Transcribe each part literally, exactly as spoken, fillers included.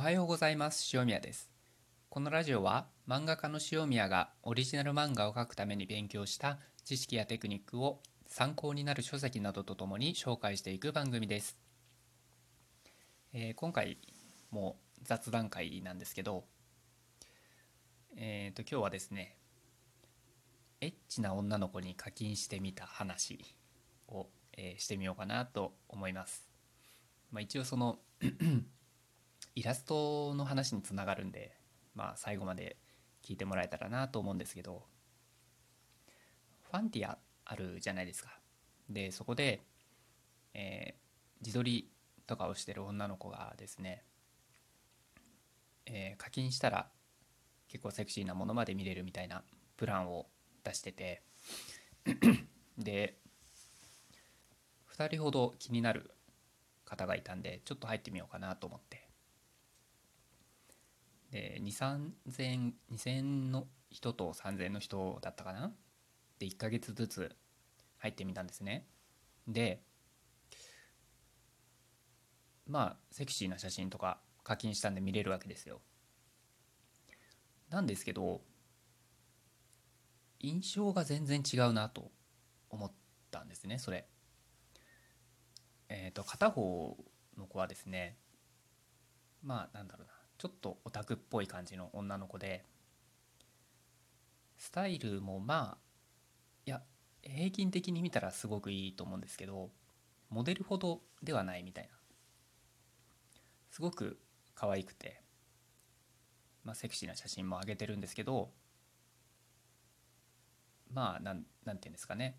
はようございます。塩宮です。このラジオは漫画家の塩宮がオリジナル漫画を描くために勉強した知識やテクニックを参考になる書籍などとともに紹介していく番組です。えー今回も雑談会なんですけど、えーと今日はですね、エッチな女の子に課金してみた話を、えーしてみようかなと思います。まあ、一応そのイラストの話につながるんで、まあ、最後まで聞いてもらえたらなと思うんですけど、ファンティアあるじゃないですか。でそこで、えー自撮りとかをしてる女の子がですね、えー課金したら結構セクシーなものまで見れるみたいなプランを出してて、でふたりほど気になる方がいたんで、ちょっと入ってみようかなと思って、でにせんさんぜんにせんの人とさんぜんの人だったかな。でいっかげつずつ入ってみたんですね。でまあセクシーな写真とか課金したんで見れるわけですよ。なんですけど、印象が全然違うなと思ったんですね、それ。えっ、と片方の子はですね、まあなんだろうな、ちょっとオタクっぽい感じの女の子で、スタイルもまあ、いや、平均的に見たらすごくいいと思うんですけど、モデルほどではないみたいな。すごく可愛くて、まあ、セクシーな写真も上げてるんですけど、まあなんなんていうんですかね、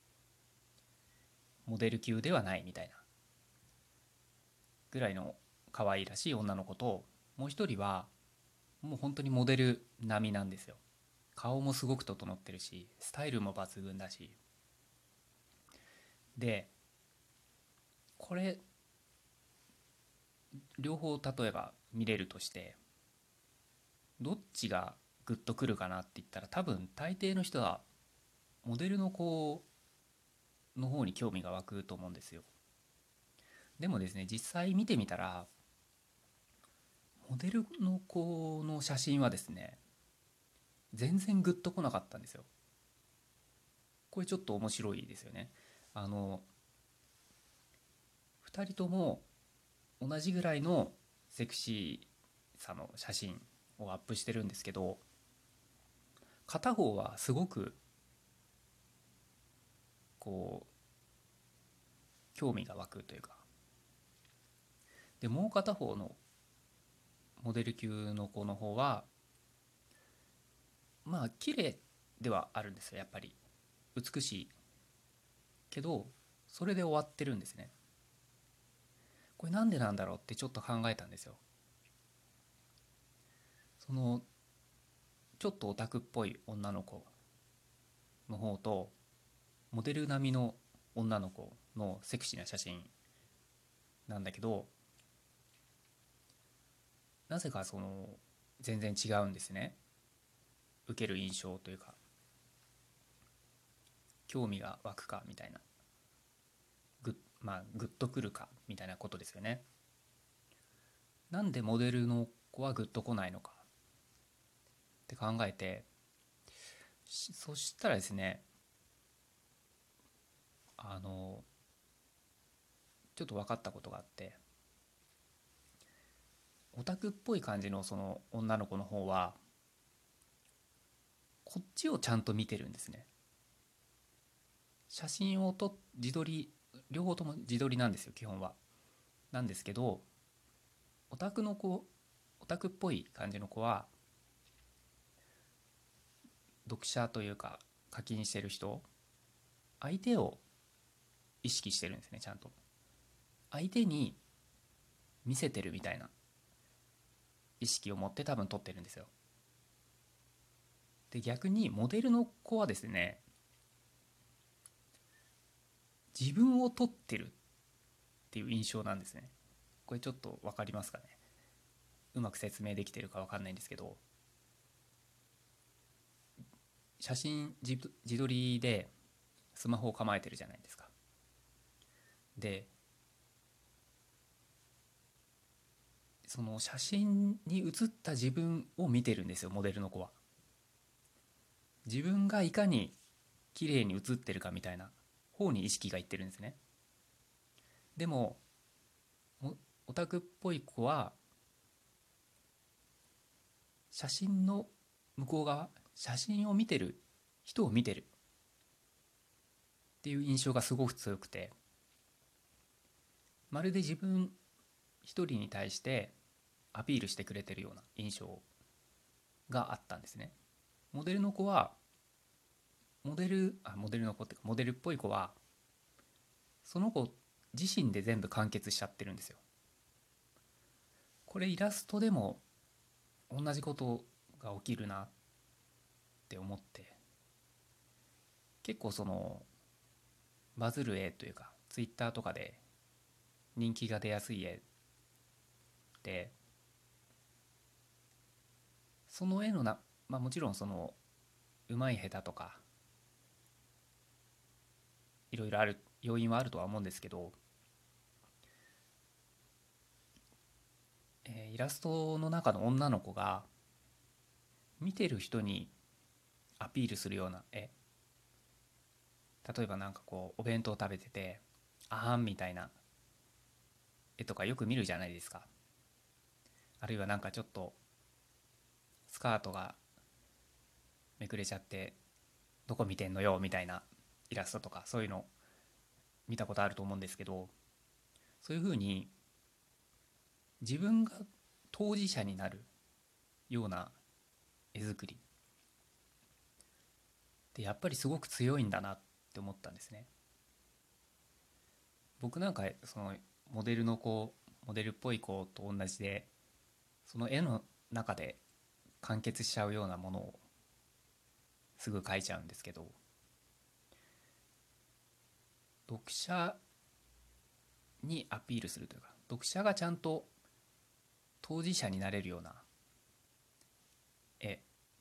モデル級ではないみたいなぐらいの可愛らしい女の子と、もう一人はもう本当にモデル並みなんですよ。顔もすごく整ってるし、スタイルも抜群だし。でこれ両方例えば見れるとして、どっちがグッとくるかなって言ったら、多分大抵の人はモデルの子の方に興味が湧くと思うんですよ。でもですね、実際見てみたら、モデルの子の写真はですね、全然グッとこなかったんですよ。これちょっと面白いですよね。あのふたりとも同じぐらいのセクシーさの写真をアップしてるんですけど、片方はすごくこう興味が湧くというか、でもう片方のモデル級の子の方は、まあ綺麗ではあるんですよ、やっぱり。美しいけど、それで終わってるんですね。これなんでなんだろうってちょっと考えたんですよ。そのちょっとオタクっぽい女の子の方と、モデル並みの女の子のセクシーな写真なんだけど、なぜかその全然違うんですね。受ける印象というか、興味が湧くかみたいな、グッまあグッとくるかみたいなことですよね。なんでモデルの子はグッとこないのかって考えて、そしたらですね、あのちょっと分かったことがあって、オタクっぽい感じのその女の子の方は、こっちをちゃんと見てるんですね。写真を撮っ自撮り、両方とも自撮りなんですよ基本は。なんですけど、オタクの子、オタクっぽい感じの子は、読者というか課金してる人、相手を意識してるんですね、ちゃんと。相手に見せてるみたいな意識を持って多分撮ってるんですよ。で逆にモデルの子はですね、自分を撮ってるっていう印象なんですね。これちょっと分かりますかね。うまく説明できてるか分かんないんですけど、写真自自撮りでスマホを構えてるじゃないですか。でその写真に写った自分を見てるんですよ、モデルの子は。自分がいかに綺麗に写ってるかみたいな方に意識がいってるんですね。でもオタクっぽい子は写真の向こう側、写真を見てる人を見てるっていう印象がすごく強くて、まるで自分一人に対してアピールしてくれてるような印象があったんですね。モデルの子はモデルあモデルの子っていうかモデルっぽい子はその子自身で全部完結しちゃってるんですよ。これイラストでも同じことが起きるなって思って、結構そのバズる絵というかツイッターとかで人気が出やすい絵で、その絵のな、まあ、もちろんその上手い下手とかいろいろある要因はあるとは思うんですけど、えーイラストの中の女の子が見てる人にアピールするような絵、例えばなんかこうお弁当食べててあーんみたいな絵とかよく見るじゃないですか。あるいはなんかちょっとスカートがめくれちゃってどこ見てんのよみたいなイラストとか、そういうの見たことあると思うんですけど、そういうふうに自分が当事者になるような絵作りってやっぱりすごく強いんだなって思ったんですね。僕なんかそのモデルの子モデルっぽい子と同じで、その絵の中で完結しちゃうようなものをすぐ描いちゃうんですけど、読者にアピールするというか、読者がちゃんと当事者になれるような絵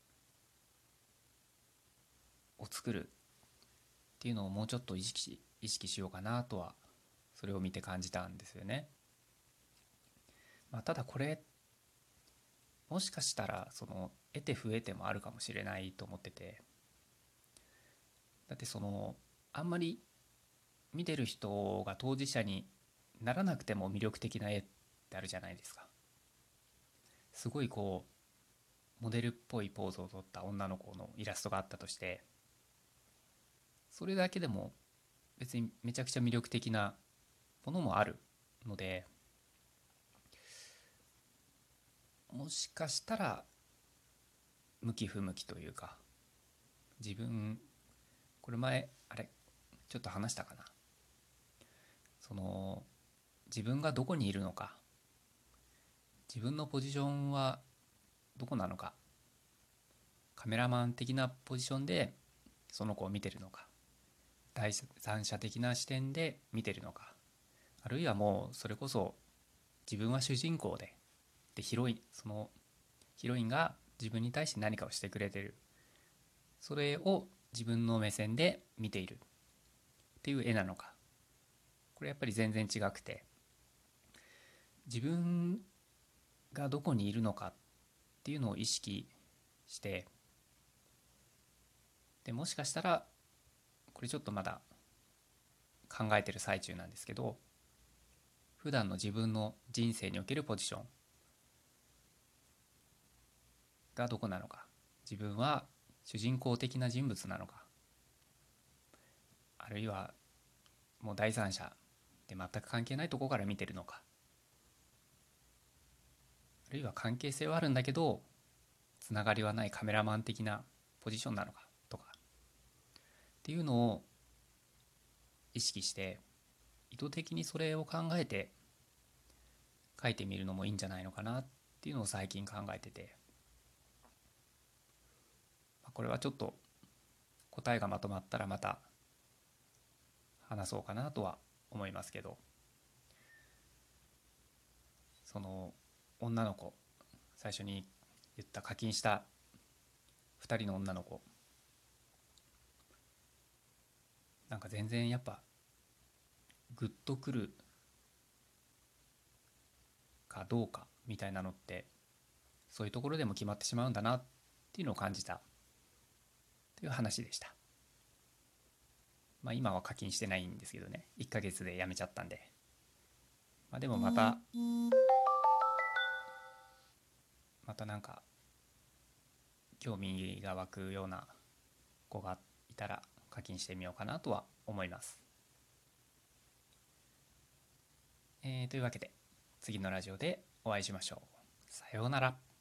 を作るっていうのをもうちょっと意識し意識しようかなとは、それを見て感じたんですよね。まあ、ただこれもしかしたらその得て増えてもあるかもしれないと思ってて、だってそのあんまり見てる人が当事者にならなくても魅力的な絵ってあるじゃないですか。すごいこうモデルっぽいポーズをとった女の子のイラストがあったとして、それだけでも別にめちゃくちゃ魅力的なものもあるので、もしかしたら向き不向きというか、自分これ前あれちょっと話したかな、その自分がどこにいるのか、自分のポジションはどこなのか、カメラマン的なポジションでその子を見てるのか、第三者的な視点で見てるのか、あるいはもうそれこそ自分は主人公ででヒロインそのヒロインが自分に対して何かをしてくれてる、それを自分の目線で見ているっていう絵なのか、これやっぱり全然違くて、自分がどこにいるのかっていうのを意識して、でもしかしたらこれちょっとまだ考えてる最中なんですけど、普段の自分の人生におけるポジションがどこなのか、自分は主人公的な人物なのか、あるいはもう第三者で全く関係ないところから見てるのか、あるいは関係性はあるんだけどつながりはないカメラマン的なポジションなのかとかっていうのを意識して、意図的にそれを考えて書いてみるのもいいんじゃないのかなっていうのを最近考えてて、これはちょっと答えがまとまったらまた話そうかなとは思いますけど、その女の子、最初に言った課金したふたりの女の子、なんか全然やっぱグッとくるかどうかみたいなのってそういうところでも決まってしまうんだなっていうのを感じたという話でした。まあ今は課金してないんですけどね、いっかげつでやめちゃったんで、まあ、でもまたまたなんか興味が湧くような子がいたら課金してみようかなとは思います。えーというわけで次のラジオでお会いしましょう。さようなら。